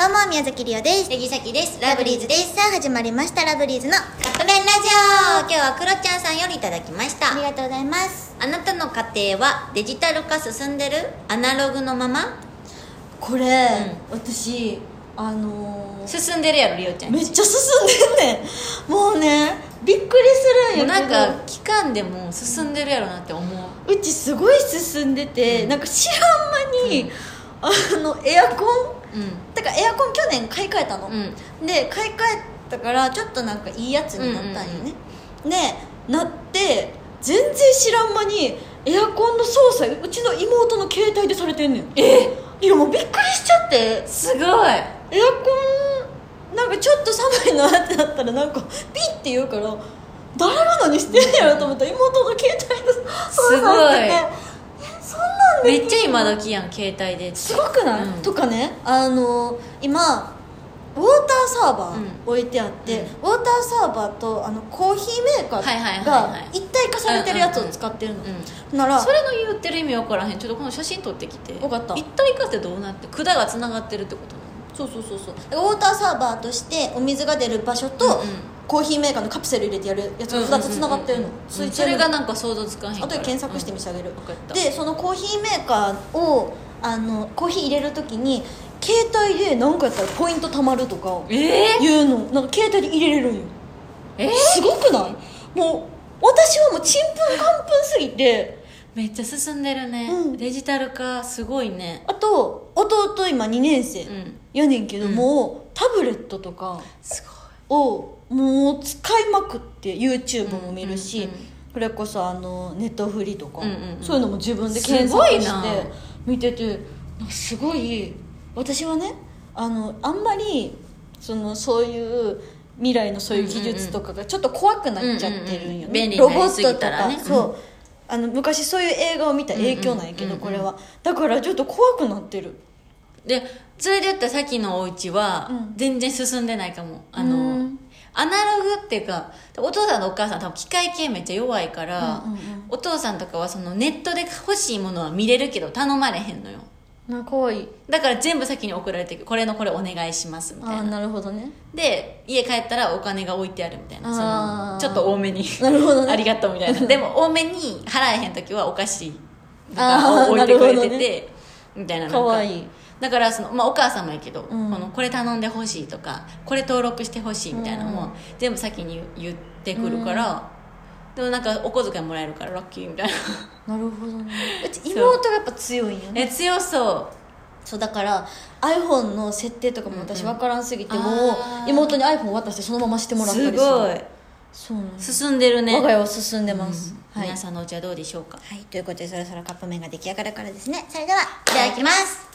どうも、宮崎りおです。 杉崎です。 ラブリーズです。さあ、始まりました、ラブリーズのカップ麺ラジオ。今日はクロちゃんさんよりいただきました。 ありがとうございます。 あなたの家庭はデジタル化進んでる？アナログのまま？ これ、私進んでるやろ、りおちゃん。 めっちゃ進んでんねん。もうね、びっくりするんやけど、 なんか期間でも進んでるやろなって思う。 うちすごい進んでて、なんか知らん間に、エアコンだからエアコン去年買い替えたの、で買い替えたからちょっとなんかいいやつになったんよね、でなって全然知らん間にエアコンの操作うちの妹の携帯でされてんねん。いやもうびっくりしちゃって。 すごい。 エアコンなんかちょっと寒いなってなったらなんかピッて言うから誰が何してんやろと思ったら妹の携帯で操作してて、そんなんでめっちゃ今時やん、携帯で。 すごくない、とかね、今ウォーターサーバー置いてあって、ウォーターサーバーとコーヒーメーカーが一体化されてるやつを使ってるの、ならそれの言ってる意味分からへん。ちょっとこの写真撮ってきて。 分かった。 一体化ってどうなって、管がつながってるってことなの？ そうウォーターサーバーとしてお水が出る場所と、コーヒーメーカーのカプセル入れてやるやつが2つつながってるの、 それがなんか想像つかへんから。 あとで検索してみてあげる、でそのコーヒーメーカーをコーヒー入れるときに携帯で何かやったらポイント貯まるとかいうの、なんか携帯で入れれるんよ。すごくない？もう私はもうちんぷんかんぷんすぎてめっちゃ進んでるね、デジタル化すごいね。 あと弟今2年生やねんけど、もうタブレットとかすごいをもう使いまくって YouTube も見るし、それこそネットフリとか、そういうのも自分で検索して見てて、すごい。私はねあんまりそういう未来のそういう技術とかがちょっと怖くなっちゃってるんよね、 便利にロなりすボットとか、 ぎたらね。 そう昔そういう映画を見た影響なんやけど、これはだからちょっと怖くなってる。 でそれで言ったらさっきのお家は全然進んでないかも。アナログっていうか、お父さんとお母さん多分機械系めっちゃ弱いから、お父さんとかはそのネットで欲しいものは見れるけど頼まれへんのよ。 かわいい。 だから全部先に送られてくる。これお願いしますみたいな。 なるほどね。 で家帰ったらお金が置いてあるみたいな、ちょっと多めになるほど、ね、 ありがとうみたいな。でも多めに払えへん時はお菓子とかを置いてくれてて、みたいな。 かわいい。 だからお母さんもいいけど、これ頼んでほしいとかこれ登録してほしいみたいなのも全部先に言ってくるから、でもなんかお小遣いもらえるからラッキーみたいな。なるほどね。うち妹がやっぱ強いんよね。 強そうだから iPhone の設定とかも私分からんすぎて、もう妹に iPhone 渡してそのまましてもらったりする。 すごい。 そうなんです。 進んでるね。 我が家は進んでます、 皆さんのお家はどうでしょうか。 はい、ということでそろそろカップ麺が出来上がるからですね。それではいただきます。